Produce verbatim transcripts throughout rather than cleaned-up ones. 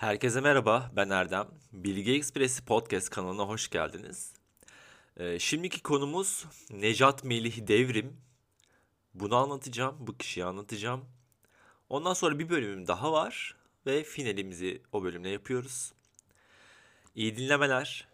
Herkese merhaba, ben Erdem. Bilgi Ekspresi Podcast kanalına hoş geldiniz. Ee, şimdiki konumuz Necat Melih Devrim. Bunu anlatacağım, bu kişiyi anlatacağım. Ondan sonra bir bölümüm daha var ve finalimizi o bölümle yapıyoruz. İyi dinlemeler.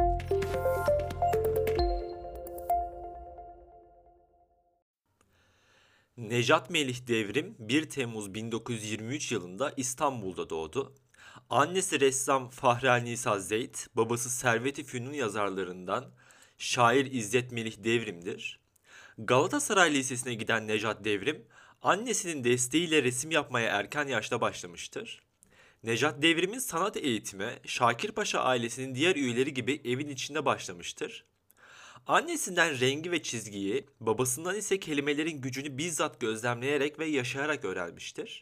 Necat Melih Devrim bir Temmuz bin dokuz yüz yirmi üç yılında İstanbul'da doğdu. Annesi ressam Fahri Nisa Zeyd, babası Servet-i Fünun yazarlarından şair İzzet Melih Devrim'dir. Galatasaray Lisesi'ne giden Necat Devrim, annesinin desteğiyle resim yapmaya erken yaşta başlamıştır. Necat Devrim'in sanat eğitimi Şakirpaşa ailesinin diğer üyeleri gibi evin içinde başlamıştır. Annesinden rengi ve çizgiyi, babasından ise kelimelerin gücünü bizzat gözlemleyerek ve yaşayarak öğrenmiştir.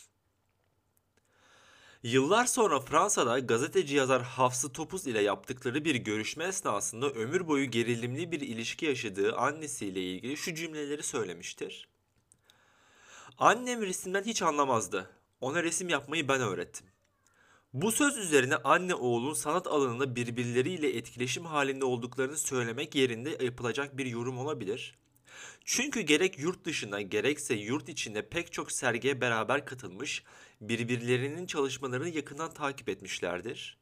Yıllar sonra Fransa'da gazeteci yazar Hafsı Topuz ile yaptıkları bir görüşme esnasında ömür boyu gerilimli bir ilişki yaşadığı annesiyle ilgili şu cümleleri söylemiştir. Annem resimden hiç anlamazdı. Ona resim yapmayı ben öğrettim. Bu söz üzerine anne oğlun sanat alanında birbirleriyle etkileşim halinde olduklarını söylemek yerinde yapılacak bir yorum olabilir. Çünkü gerek yurt dışında gerekse yurt içinde pek çok sergiye beraber katılmış, birbirlerinin çalışmalarını yakından takip etmişlerdir.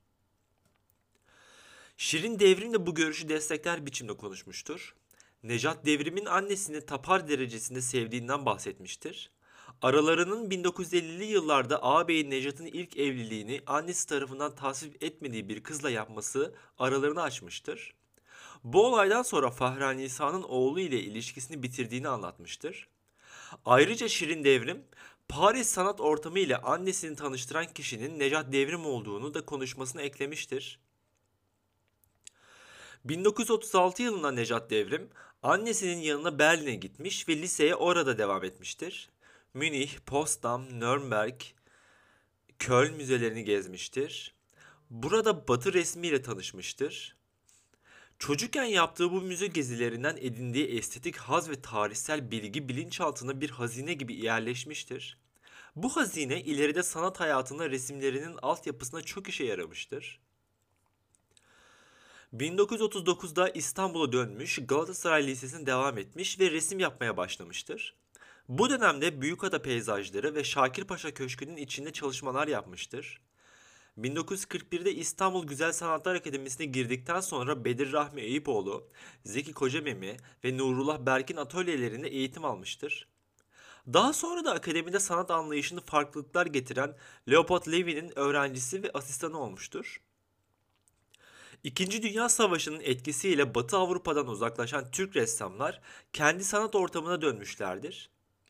Şirin Devrim de bu görüşü destekler biçimde konuşmuştur. Necat Devrim'in annesini tapar derecesinde sevdiğinden bahsetmiştir. Aralarının bin dokuz yüz ellili yıllarda ağabeyi Necat'ın ilk evliliğini annesi tarafından tasvip etmediği bir kızla yapması aralarını açmıştır. Bu olaydan sonra Fahri Nisa'nın oğlu ile ilişkisini bitirdiğini anlatmıştır. Ayrıca Şirin Devrim, Paris sanat ortamı ile annesini tanıştıran kişinin Necat Devrim olduğunu da konuşmasına eklemiştir. bin dokuz yüz otuz altı yılında Necat Devrim, annesinin yanına Berlin'e gitmiş ve liseye orada devam etmiştir. Münih, Potsdam, Nürnberg, Köln müzelerini gezmiştir. Burada Batı resmiyle tanışmıştır. Çocukken yaptığı bu müze gezilerinden edindiği estetik haz ve tarihsel bilgi bilinçaltına bir hazine gibi yerleşmiştir. Bu hazine ileride sanat hayatında resimlerinin altyapısına çok işe yaramıştır. bin dokuz yüz otuz dokuzda İstanbul'a dönmüş, Galatasaray Lisesi'ne devam etmiş ve resim yapmaya başlamıştır. Bu dönemde Büyükada peyzajları ve Şakirpaşa Köşkü'nün içinde çalışmalar yapmıştır. bin dokuz yüz kırk birde İstanbul Güzel Sanatlar Akademisi'ne girdikten sonra Bedir Rahmi Eyüpoğlu, Zeki Kocamemi ve Nurullah Berk'in atölyelerinde eğitim almıştır. Daha sonra da akademide sanat anlayışını farklılıklar getiren Leopold Levi'nin öğrencisi ve asistanı olmuştur. İkinci Dünya Savaşı'nın etkisiyle Batı Avrupa'dan uzaklaşan Türk ressamlar kendi sanat ortamına dönmüşlerdir.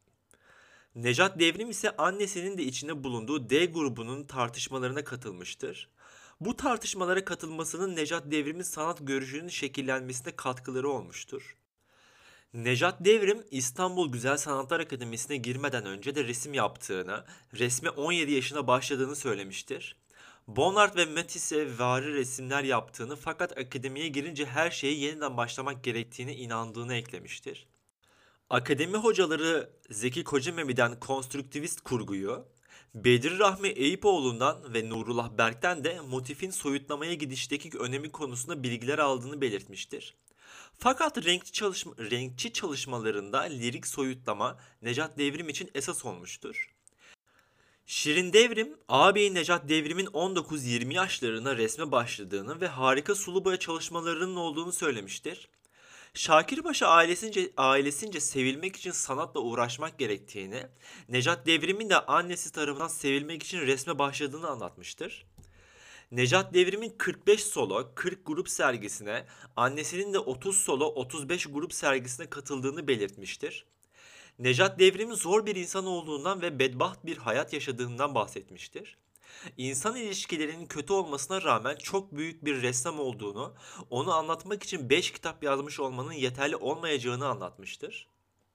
Necat Devrim ise annesinin de içinde bulunduğu D grubunun tartışmalarına katılmıştır. Bu tartışmalara katılmasının Necat Devrim'in sanat görüşünün şekillenmesine katkıları olmuştur. Necat Devrim İstanbul Güzel Sanatlar Akademisi'ne girmeden önce de resim yaptığını, resme on yedi yaşına başladığını söylemiştir. Bonnard ve Matisse vari resimler yaptığını fakat akademiye girince her şeye yeniden başlamak gerektiğine inandığını eklemiştir. Akademi hocaları Zeki Kocamemi'den konstrüktivist kurguyu, Bedri Rahmi Eyüpoğlu'ndan ve Nurullah Berk'ten de motifin soyutlamaya gidişteki önemi konusunda bilgiler aldığını belirtmiştir. Fakat renkçi, çalışma, renkçi çalışmalarında lirik soyutlama Necat Devrim için esas olmuştur. Şirin Devrim, ağabeyi Necat Devrim'in on dokuz yirmi yaşlarına resme başladığını ve harika sulu boya çalışmalarının olduğunu söylemiştir. Şakirpaşa ailesince, ailesince sevilmek için sanatla uğraşmak gerektiğini, Necat Devrim'in de annesi tarafından sevilmek için resme başladığını anlatmıştır. Necat Devrim'in kırk beş solo, kırk grup sergisine, annesinin de otuz solo, otuz beş grup sergisine katıldığını belirtmiştir. Necat Devrim'in zor bir insan olduğundan ve bedbaht bir hayat yaşadığından bahsetmiştir. İnsan ilişkilerinin kötü olmasına rağmen çok büyük bir ressam olduğunu, onu anlatmak için beş kitap yazmış olmanın yeterli olmayacağını anlatmıştır.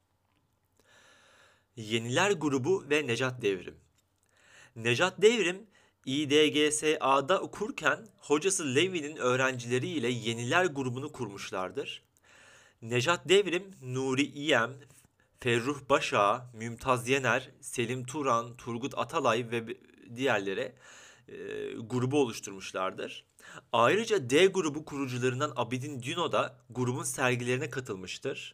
Yeniler grubu ve Necat Devrim. Necat Devrim İ D G S A'da okurken hocası Levi'nin öğrencileriyle Yeniler grubunu kurmuşlardır. Necat Devrim, Nuri İyem, Ferruh Başağa, Mümtaz Yener, Selim Turan, Turgut Atalay ve diğerleri e, grubu oluşturmuşlardır. Ayrıca D grubu kurucularından Abidin Dino da grubun sergilerine katılmıştır.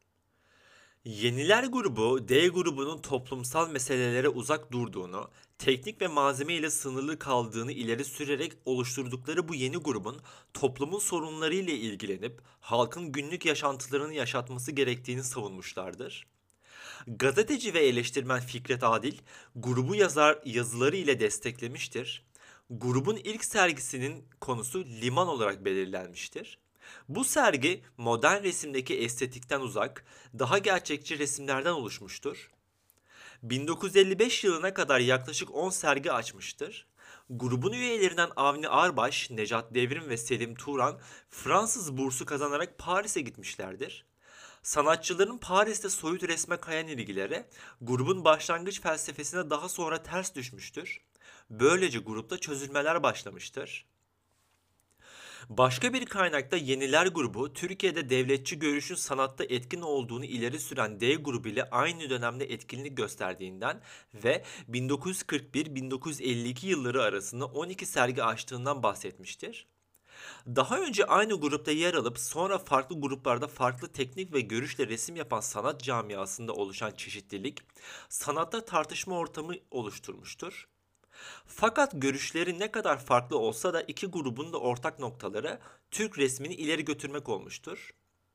Yeniler grubu, D grubunun toplumsal meselelere uzak durduğunu, teknik ve malzeme ile sınırlı kaldığını ileri sürerek oluşturdukları bu yeni grubun toplumun sorunları ile ilgilenip halkın günlük yaşantılarını yaşatması gerektiğini savunmuşlardır. Gazeteci ve eleştirmen Fikret Adil, grubu yazar yazıları ile desteklemiştir. Grubun ilk sergisinin konusu liman olarak belirlenmiştir. Bu sergi modern resimdeki estetikten uzak, daha gerçekçi resimlerden oluşmuştur. bin dokuz yüz elli beş yılına kadar yaklaşık on sergi açmıştır. Grubun üyelerinden Avni Arbaş, Necat Devrim ve Selim Turan Fransız bursu kazanarak Paris'e gitmişlerdir. Sanatçıların Paris'te soyut resme kayan ilgileri grubun başlangıç felsefesine daha sonra ters düşmüştür. Böylece grupta çözülmeler başlamıştır. Başka bir kaynakta Yeniler grubu Türkiye'de devletçi görüşün sanatta etkin olduğunu ileri süren D grubu ile aynı dönemde etkinlik gösterdiğinden ve bin dokuz yüz kırk bir bin dokuz yüz elli iki yılları arasında on iki sergi açtığından bahsetmiştir. Daha önce aynı grupta yer alıp sonra farklı gruplarda farklı teknik ve görüşle resim yapan sanat camiasında oluşan çeşitlilik, sanatta tartışma ortamı oluşturmuştur. Fakat görüşleri ne kadar farklı olsa da iki grubun da ortak noktaları Türk resmini ileri götürmek olmuştur.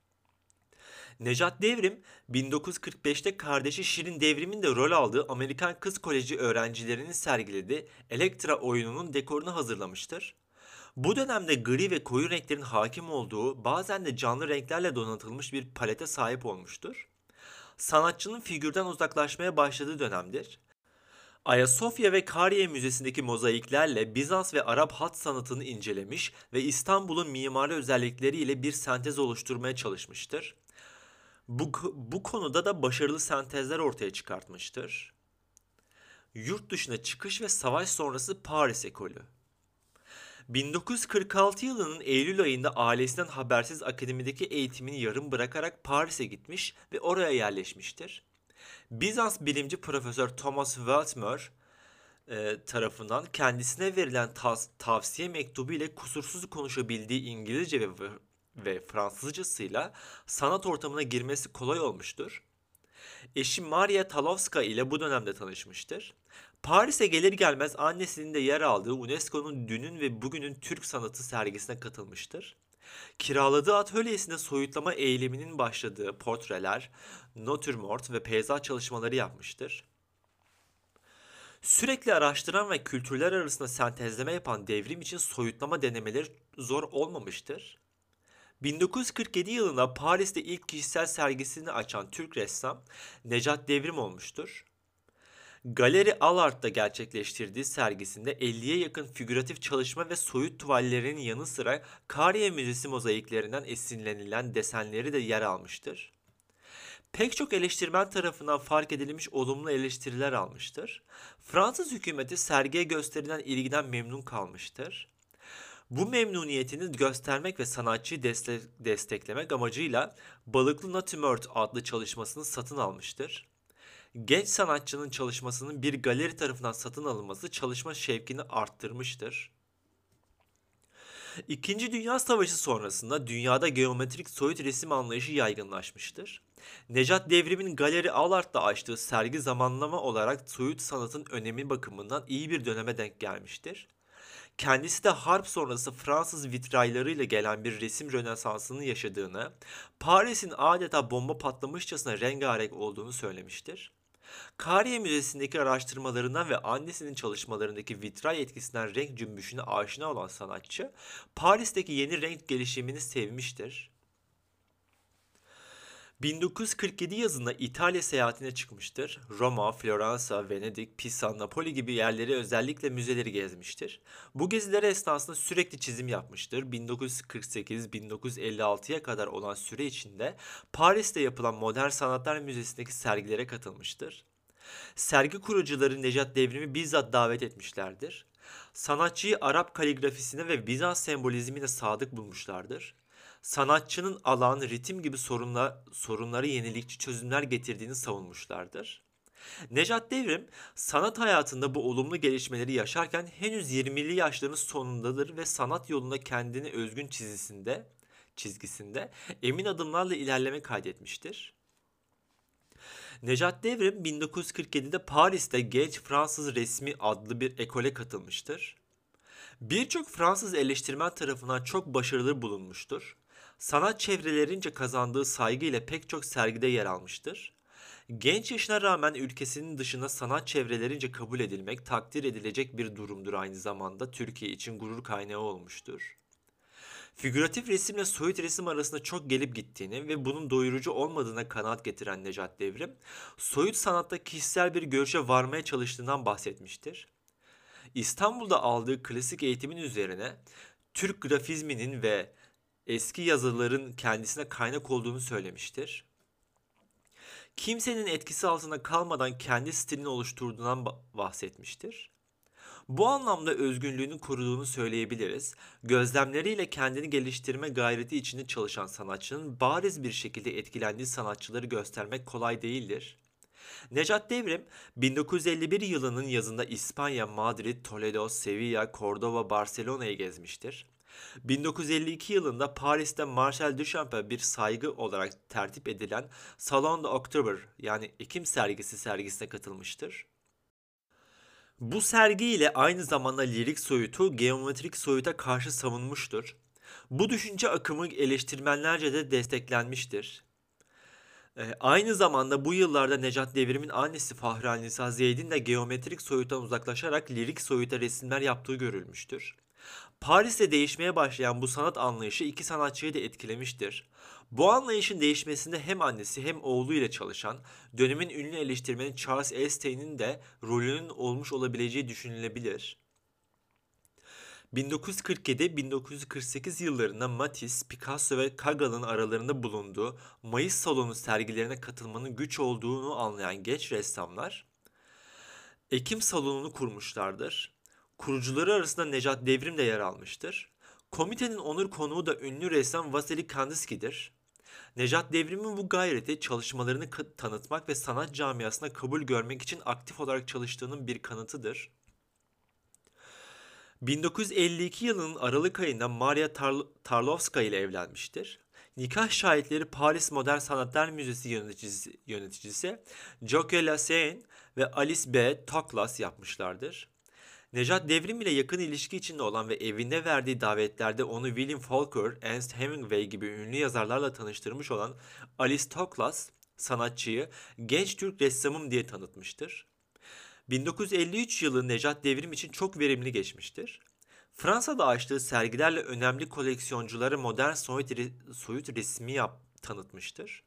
Necat Devrim bin dokuz yüz kırk beşte kardeşi Şirin Devrim'in de rol aldığı Amerikan Kız Koleji öğrencilerinin sergilediği Elektra oyununun dekorunu hazırlamıştır. Bu dönemde gri ve koyu renklerin hakim olduğu, bazen de canlı renklerle donatılmış bir palete sahip olmuştur. Sanatçının figürden uzaklaşmaya başladığı dönemdir. Ayasofya ve Kariye Müzesi'ndeki mozaiklerle Bizans ve Arap hat sanatını incelemiş ve İstanbul'un mimari özellikleriyle bir sentez oluşturmaya çalışmıştır. Bu, bu konuda da başarılı sentezler ortaya çıkartmıştır. Yurt dışına çıkış ve savaş sonrası Paris ekolü. bin dokuz yüz kırk altı yılının Eylül ayında ailesinden habersiz akademideki eğitimini yarım bırakarak Paris'e gitmiş ve oraya yerleşmiştir. Bizans bilimci Profesör Thomas Wetmore e, tarafından kendisine verilen tas- tavsiye mektubu ile kusursuz konuşabildiği İngilizce ve, ve Fransızcasıyla sanat ortamına girmesi kolay olmuştur. Eşi Maria Talovska ile bu dönemde tanışmıştır. Paris'e gelir gelmez annesinin de yer aldığı UNESCO'nun Dünün ve Bugünün Türk Sanatı sergisine katılmıştır. Kiraladığı atölyesinde soyutlama eyleminin başladığı portreler, natürmort ve peyzaj çalışmaları yapmıştır. Sürekli araştıran ve kültürler arasında sentezleme yapan Devrim için soyutlama denemeleri zor olmamıştır. bin dokuz yüz kırk yedi yılında Paris'te ilk kişisel sergisini açan Türk ressam Necat Devrim olmuştur. Galeri Alart'ta gerçekleştirdiği sergisinde elliye yakın figüratif çalışma ve soyut tuvallerinin yanı sıra Kariye Müzesi mozaiklerinden esinlenilen desenleri de yer almıştır. Pek çok eleştirmen tarafından fark edilmiş olumlu eleştiriler almıştır. Fransız hükümeti sergiye gösterilen ilgiden memnun kalmıştır. Bu memnuniyetini göstermek ve sanatçıyı destek desteklemek amacıyla Balıklı Natürmort adlı çalışmasını satın almıştır. Genç sanatçının çalışmasının bir galeri tarafından satın alınması çalışma şevkini arttırmıştır. İkinci Dünya Savaşı sonrasında dünyada geometrik soyut resim anlayışı yaygınlaşmıştır. Necat Devrim'in Galeri Alart'ta açtığı sergi zamanlama olarak soyut sanatın önemi bakımından iyi bir döneme denk gelmiştir. Kendisi de harp sonrası Fransız vitraylarıyla gelen bir resim rönesansını yaşadığını, Paris'in adeta bomba patlamışçasına rengarenk olduğunu söylemiştir. Kariye Müzesi'ndeki araştırmalarından ve annesinin çalışmalarındaki vitray etkisinden renk cümbüşüne aşina olan sanatçı, Paris'teki yeni renk gelişimini sevmiştir. bin dokuz yüz kırk yedi yazında İtalya seyahatine çıkmıştır. Roma, Floransa, Venedik, Pisa, Napoli gibi yerleri özellikle müzeleri gezmiştir. Bu gezileri esnasında sürekli çizim yapmıştır. bin dokuz yüz kırk sekiz bin dokuz yüz elli altıya kadar olan süre içinde Paris'te yapılan Modern Sanatlar Müzesi'ndeki sergilere katılmıştır. Sergi kurucuları Necat Devrim'i bizzat davet etmişlerdir. Sanatçıyı Arap kaligrafisine ve Bizans sembolizmine sadık bulmuşlardır. Sanatçının alan, ritim gibi sorunla, sorunlara yenilikçi çözümler getirdiğini savunmuşlardır. Nejat Devrim sanat hayatında bu olumlu gelişmeleri yaşarken henüz yirmili yaşlarının sonundadır ve sanat yolunda kendini özgün çizgisinde çizgisinde emin adımlarla ilerleme kaydetmiştir. Nejat Devrim bin dokuz yüz kırk yedide Paris'te Genç Fransız Resmi adlı bir ekole katılmıştır. Birçok Fransız eleştirmen tarafından çok başarılı bulunmuştur. Sanat çevrelerince kazandığı saygı ile pek çok sergide yer almıştır. Genç yaşına rağmen ülkesinin dışında sanat çevrelerince kabul edilmek takdir edilecek bir durumdur, aynı zamanda Türkiye için gurur kaynağı olmuştur. Figüratif resimle soyut resim arasında çok gelip gittiğini ve bunun doyurucu olmadığına kanaat getiren Nejat Devrim, soyut sanatta kişisel bir görüşe varmaya çalıştığından bahsetmiştir. İstanbul'da aldığı klasik eğitimin üzerine Türk grafizminin ve eski yazıların kendisine kaynak olduğunu söylemiştir. Kimsenin etkisi altında kalmadan kendi stilini oluşturduğundan bahsetmiştir. Bu anlamda özgünlüğünü koruduğunu söyleyebiliriz. Gözlemleriyle kendini geliştirme gayreti içinde çalışan sanatçının bariz bir şekilde etkilendiği sanatçıları göstermek kolay değildir. Nejat Devrim, bin dokuz yüz elli bir yılının yazında İspanya, Madrid, Toledo, Sevilla, Córdoba, Barcelona'yı gezmiştir. bin dokuz yüz elli iki yılında Paris'te Marcel Duchamp'a bir saygı olarak tertip edilen Salon d'Octobre yani Ekim sergisi sergisine katılmıştır. Bu sergiyle aynı zamanda lirik soyutu geometrik soyuta karşı savunmuştur. Bu düşünce akımı eleştirmenlerce de desteklenmiştir. Ee, aynı zamanda bu yıllarda Nejat Devrim'in annesi Fahranisa Zeyd'in de geometrik soyuttan uzaklaşarak lirik soyuta resimler yaptığı görülmüştür. Paris'te değişmeye başlayan bu sanat anlayışı iki sanatçıyı da etkilemiştir. Bu anlayışın değişmesinde hem annesi hem oğlu ile çalışan dönemin ünlü eleştirmeni Charles Estienne'in de rolünün olmuş olabileceği düşünülebilir. bin dokuz yüz kırk yedi bin dokuz yüz kırk sekiz yıllarında Matisse, Picasso ve Chagall'ın aralarında bulunduğu Mayıs Salonu sergilerine katılmanın güç olduğunu anlayan genç ressamlar Ekim Salonu'nu kurmuşlardır. Kurucuları arasında Nejat Devrim de yer almıştır. Komitenin onur konuğu da ünlü ressam Vasily Kandinsky'dir. Nejat Devrim'in bu gayreti çalışmalarını tanıtmak ve sanat camiasına kabul görmek için aktif olarak çalıştığının bir kanıtıdır. bin dokuz yüz elli iki yılının Aralık ayında Maria Tarl- Tarlovska ile evlenmiştir. Nikah şahitleri Paris Modern Sanatlar Müzesi yöneticisi, yöneticisi Jacques Lassagne ve Alice B. Toklas yapmışlardır. Nejat Devrim ile yakın ilişki içinde olan ve evinde verdiği davetlerde onu William Faulkner, Ernest Hemingway gibi ünlü yazarlarla tanıştırmış olan Alice Toklas, sanatçıyı genç Türk ressamım diye tanıtmıştır. bin dokuz yüz elli üç yılı Nejat Devrim için çok verimli geçmiştir. Fransa'da açtığı sergilerle önemli koleksiyonculara modern soyut, re- soyut resmi yap, tanıtmıştır.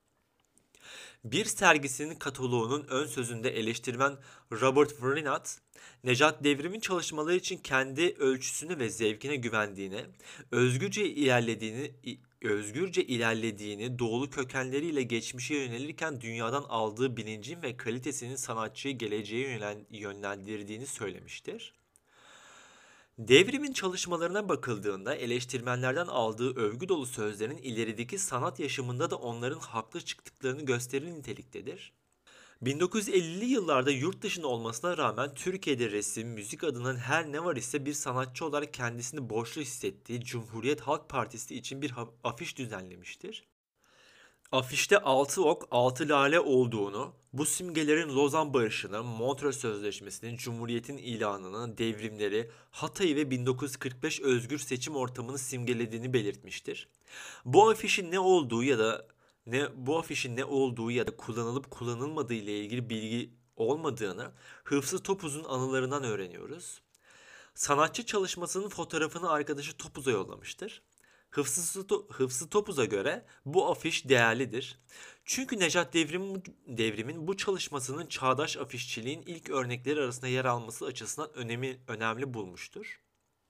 Bir sergisinin kataloğunun ön sözünde eleştirmen Robert Vrinat, Nejat Devrim'in çalışmaları için kendi ölçüsüne ve zevkine güvendiğini, özgürce ilerlediğini, özgürce ilerlediğini, doğulu kökenleriyle geçmişe yönelirken dünyadan aldığı bilincin ve kalitesinin sanatçıyı geleceğe yönlendirdiğini söylemiştir. Devrim'in çalışmalarına bakıldığında eleştirmenlerden aldığı övgü dolu sözlerin ilerideki sanat yaşamında da onların haklı çıktıklarını gösterir niteliktedir. bin dokuz yüz ellili yıllarda yurt dışında olmasına rağmen Türkiye'de resim, müzik adına her ne var ise bir sanatçı olarak kendisini borçlu hissettiği Cumhuriyet Halk Partisi için bir afiş düzenlemiştir. Afişte altı ok, altı lale olduğunu, bu simgelerin Lozan Barışı'nı, Montreux Sözleşmesi'nin, Cumhuriyet'in ilanını, devrimleri, Hatay'ı ve bin dokuz yüz kırk beş özgür seçim ortamını simgelediğini belirtmiştir. Bu afişin ne olduğu ya da ne bu afişin ne olduğu ya da kullanılıp kullanılmadığı ile ilgili bilgi olmadığını Hıfzı Topuz'un anılarından öğreniyoruz. Sanatçı çalışmasının fotoğrafını arkadaşı Topuz'a yollamıştır. Hıfzı, Hıfzı Topuz'a göre bu afiş değerlidir. Çünkü Nejat Devrim, Devrim'in bu çalışmasının çağdaş afişçiliğin ilk örnekleri arasında yer alması açısından önemi, önemli bulmuştur.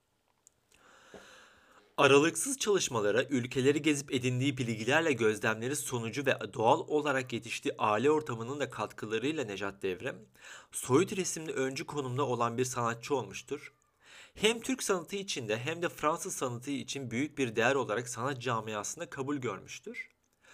Aralıksız çalışmalara, ülkeleri gezip edindiği bilgilerle gözlemleri sonucu ve doğal olarak yetiştiği aile ortamının da katkılarıyla Nejat Devrim, soyut resimde öncü konumda olan bir sanatçı olmuştur. Hem Türk sanatı içinde hem de Fransız sanatı için büyük bir değer olarak sanat camiasında kabul görmüştür.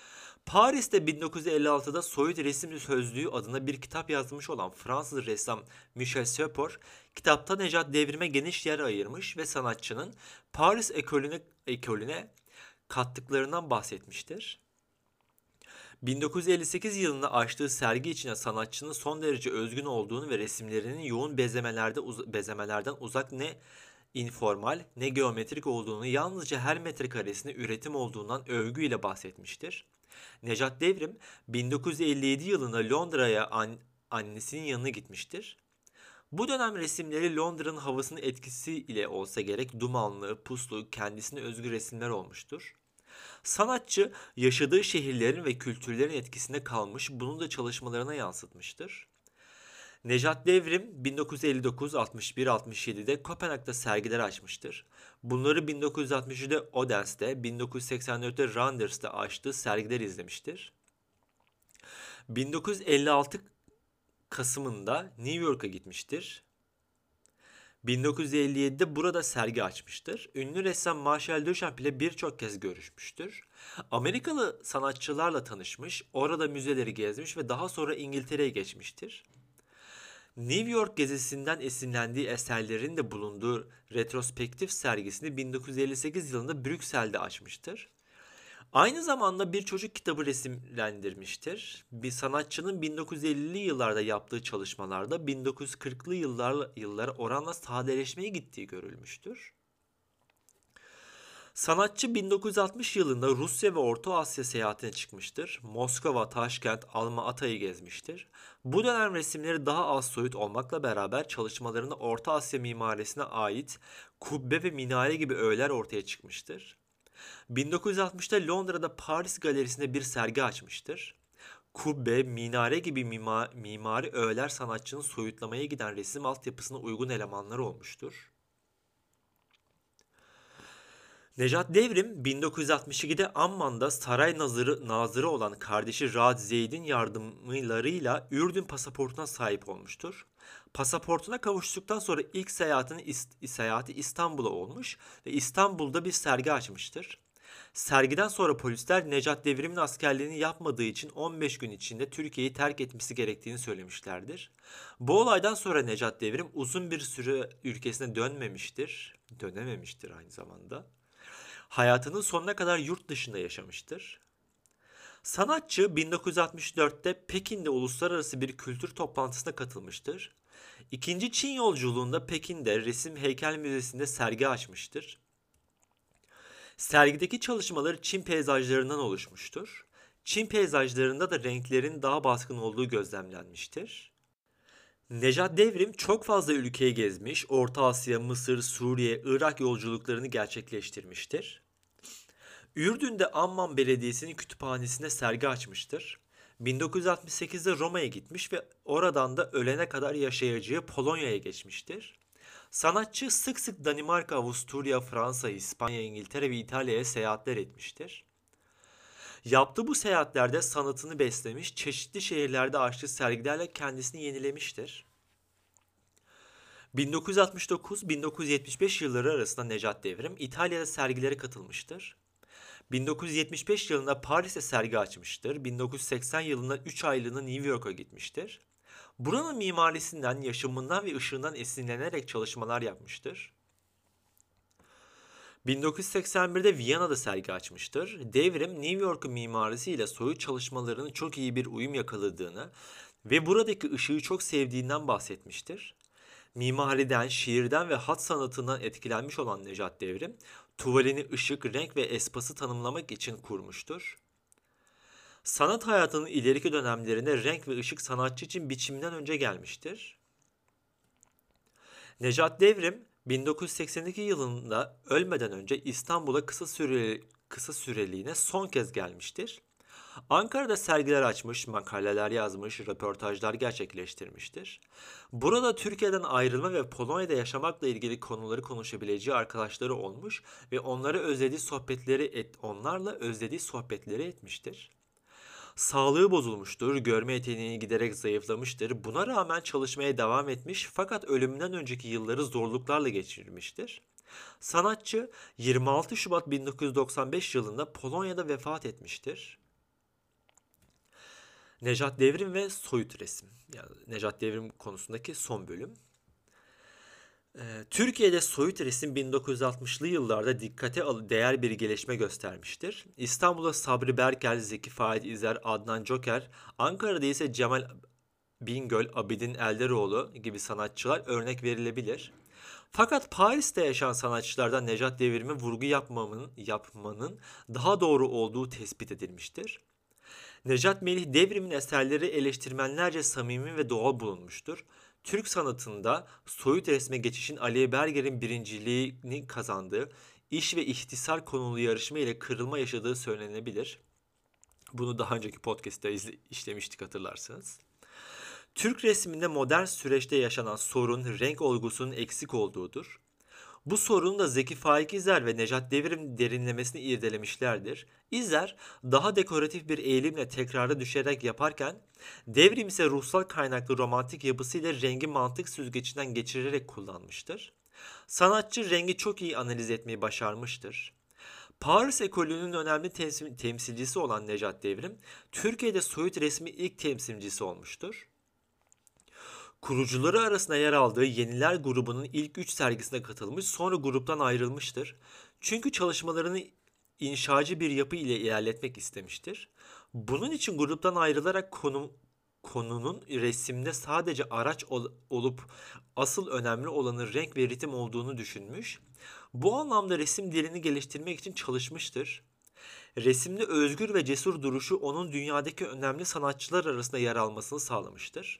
Paris'te bin dokuz yüz elli altıda Soyut Resim Sözlüğü adına bir kitap yazmış olan Fransız ressam Michel Serpor, kitapta Necat Devrim'e geniş yer ayırmış ve sanatçının Paris ekolüne, ekolüne kattıklarından bahsetmiştir. bin dokuz yüz elli sekiz yılında açtığı sergi içine sanatçının son derece özgün olduğunu ve resimlerinin yoğun bezemelerde uz- bezemelerden uzak, ne informal ne geometrik olduğunu, yalnızca her metrekaresinde üretim olduğundan övgüyle bahsetmiştir. Necat Devrim bin dokuz yüz elli yedi yılında Londra'ya an- annesinin yanına gitmiştir. Bu dönem resimleri Londra'nın havasının etkisiyle olsa gerek dumanlı, puslu, kendisine özgü resimler olmuştur. Sanatçı yaşadığı şehirlerin ve kültürlerin etkisinde kalmış, bunu da çalışmalarına yansıtmıştır. Necat Devrim bin dokuz yüz elli dokuz, altmış bir, altmış yedide Kopenhag'da sergiler açmıştır. Bunları bin dokuz yüz altmış üçte Odense'de, bin dokuz yüz seksen dörtte Randers'te açtığı sergiler izlemiştir. bin dokuz yüz elli altı Kasım'ında New York'a gitmiştir. bin dokuz yüz elli yedide burada sergi açmıştır. Ünlü ressam Marcel Duchamp ile birçok kez görüşmüştür. Amerikalı sanatçılarla tanışmış, orada müzeleri gezmiş ve daha sonra İngiltere'ye geçmiştir. New York gezisinden esinlendiği eserlerin de bulunduğu retrospektif sergisini bin dokuz yüz elli sekiz yılında Brüksel'de açmıştır. Aynı zamanda bir çocuk kitabı resimlendirmiştir. Bir sanatçının bin dokuz yüz ellili yıllarda yaptığı çalışmalarda bin dokuz yüz kırklı yıllar, yıllara oranla sadeleşmeye gittiği görülmüştür. Sanatçı bin dokuz yüz altmış yılında Rusya ve Orta Asya seyahatine çıkmıştır. Moskova, Taşkent, Alma-Ata'yı gezmiştir. Bu dönem resimleri daha az soyut olmakla beraber çalışmalarında Orta Asya mimarisine ait kubbe ve minare gibi öğeler ortaya çıkmıştır. bin dokuz yüz altmışta Londra'da Paris Galerisi'nde bir sergi açmıştır. Kubbe, minare gibi mima, mimari öğeler sanatçının soyutlamaya giden resim altyapısına uygun elemanlar olmuştur. Necat Devrim bin dokuz yüz altmış ikide Amman'da saray nazırı, nazırı olan kardeşi Raad Zeyd'in yardımlarıyla Ürdün pasaportuna sahip olmuştur. Pasaportuna kavuştuktan sonra ilk seyahatini, seyahati İstanbul'a olmuş ve İstanbul'da bir sergi açmıştır. Sergiden sonra polisler Necat Devrim'in askerliğini yapmadığı için on beş gün içinde Türkiye'yi terk etmesi gerektiğini söylemişlerdir. Bu olaydan sonra Necat Devrim uzun bir süre ülkesine dönmemiştir, dönememiştir aynı zamanda. Hayatının sonuna kadar yurt dışında yaşamıştır. Sanatçı bin dokuz yüz altmış dörtte Pekin'de uluslararası bir kültür toplantısına katılmıştır. İkinci Çin yolculuğunda Pekin'de Resim Heykel Müzesi'nde sergi açmıştır. Sergideki çalışmaları Çin peyzajlarından oluşmuştur. Çin peyzajlarında da renklerin daha baskın olduğu gözlemlenmiştir. Necat Devrim çok fazla ülkeyi gezmiş, Orta Asya, Mısır, Suriye, Irak yolculuklarını gerçekleştirmiştir. Ürdün'de Amman Belediyesi'nin kütüphanesinde sergi açmıştır. bin dokuz yüz altmış sekizde Roma'ya gitmiş ve oradan da ölene kadar yaşayacağı Polonya'ya geçmiştir. Sanatçı sık sık Danimarka, Avusturya, Fransa, İspanya, İngiltere ve İtalya'ya seyahatler etmiştir. Yaptığı bu seyahatlerde sanatını beslemiş, çeşitli şehirlerde açtığı sergilerle kendisini yenilemiştir. bin dokuz yüz altmış dokuz - bin dokuz yüz yetmiş beş yılları arasında Necat Devrim İtalya'da sergilere katılmıştır. bin dokuz yüz yetmiş beş yılında Paris'te sergi açmıştır. bin dokuz yüz seksen yılında üç aylığına New York'a gitmiştir. Buranın mimarisinden, yaşamından ve ışığından esinlenerek çalışmalar yapmıştır. bin dokuz yüz seksen birde Viyana'da sergi açmıştır. Devrim, New York'un mimarisiyle soyut çalışmalarının çok iyi bir uyum yakaladığını ve buradaki ışığı çok sevdiğinden bahsetmiştir. Mimariden, şiirden ve hat sanatından etkilenmiş olan Necat Devrim, tuvalini ışık, renk ve espası tanımlamak için kurmuştur. Sanat hayatının ileriki dönemlerinde renk ve ışık sanatçı için biçimden önce gelmiştir. Necat Devrim bin dokuz yüz seksen iki yılında ölmeden önce İstanbul'a kısa süreli, kısa süreliğine son kez gelmiştir. Ankara'da sergiler açmış, makaleler yazmış, röportajlar gerçekleştirmiştir. Burada Türkiye'den ayrılma ve Polonya'da yaşamakla ilgili konuları konuşabileceği arkadaşları olmuş ve onlara özlediği sohbetleri et, onlarla özlediği sohbetleri etmiştir. Sağlığı bozulmuştur, görme yeteneği giderek zayıflamıştır. Buna rağmen çalışmaya devam etmiş fakat ölümünden önceki yılları zorluklarla geçirmiştir. Sanatçı yirmi altı Şubat bin dokuz yüz doksan beş yılında Polonya'da vefat etmiştir. Nejat Devrim ve soyut resim. Yani Nejat Devrim konusundaki son bölüm. Ee, Türkiye'de soyut resim bin dokuz yüz altmışlı yıllarda dikkate al- değer bir gelişme göstermiştir. İstanbul'da Sabri Berkel, Zeki Faik İzer, Adnan Joker, Ankara'da ise Cemal Bingöl, Abidin Elderoğlu gibi sanatçılar örnek verilebilir. Fakat Paris'te yaşayan sanatçılardan Nejat Devrim'e vurgu yapmanın, yapmanın daha doğru olduğu tespit edilmiştir. Nejat Melih Devrim'in eserleri eleştirmenlerce samimi ve doğal bulunmuştur. Türk sanatında soyut resme geçişin Ali Berger'in birinciliğini kazandığı iş ve ihtisar konulu yarışma ile kırılma yaşadığı söylenebilir. Bunu daha önceki podcast'ta izle- işlemiştik hatırlarsınız. Türk resminde modern süreçte yaşanan sorun renk olgusunun eksik olduğudur. Bu sorunu da Zeki Faik İzer ve Nejat Devrim derinlemesine irdelemişlerdir. İzer daha dekoratif bir eğilimle tekrara düşerek yaparken Devrim ise ruhsal kaynaklı romantik yapısıyla rengi mantık süzgecinden geçirerek kullanmıştır. Sanatçı rengi çok iyi analiz etmeyi başarmıştır. Paris ekolünün önemli temsil- temsilcisi olan Nejat Devrim, Türkiye'de soyut resmi ilk temsilcisi olmuştur. Kurucuları arasında yer aldığı Yeniler grubunun ilk üç sergisine katılmış, sonra gruptan ayrılmıştır. Çünkü çalışmalarını inşacı bir yapı ile ilerletmek istemiştir. Bunun için gruptan ayrılarak konu, konunun resimde sadece araç ol, olup asıl önemli olanın renk ve ritim olduğunu düşünmüş. Bu anlamda resim dilini geliştirmek için çalışmıştır. Resimde özgür ve cesur duruşu onun dünyadaki önemli sanatçılar arasında yer almasını sağlamıştır.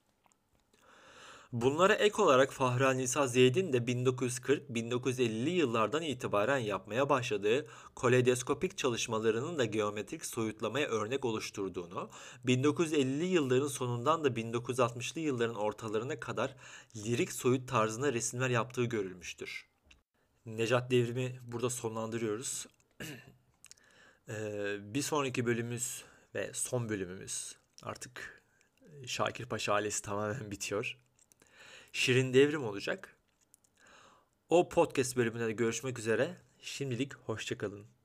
Bunlara ek olarak Fahri Nisa Zeyd'in de bin dokuz yüz kırk bin dokuz yüz ellili yıllardan itibaren yapmaya başladığı koleidoskopik çalışmalarının da geometrik soyutlamaya örnek oluşturduğunu, bin dokuz yüz ellili yılların sonundan da bin dokuz yüz altmışlı yılların ortalarına kadar lirik soyut tarzında resimler yaptığı görülmüştür. Nejat Devrim'i burada sonlandırıyoruz. Ee, bir sonraki bölümümüz ve son bölümümüz artık Şakir Paşa ailesi tamamen bitiyor. Şirin Devrim olacak. O podcast bölümünde de görüşmek üzere. Şimdilik hoşça kalın.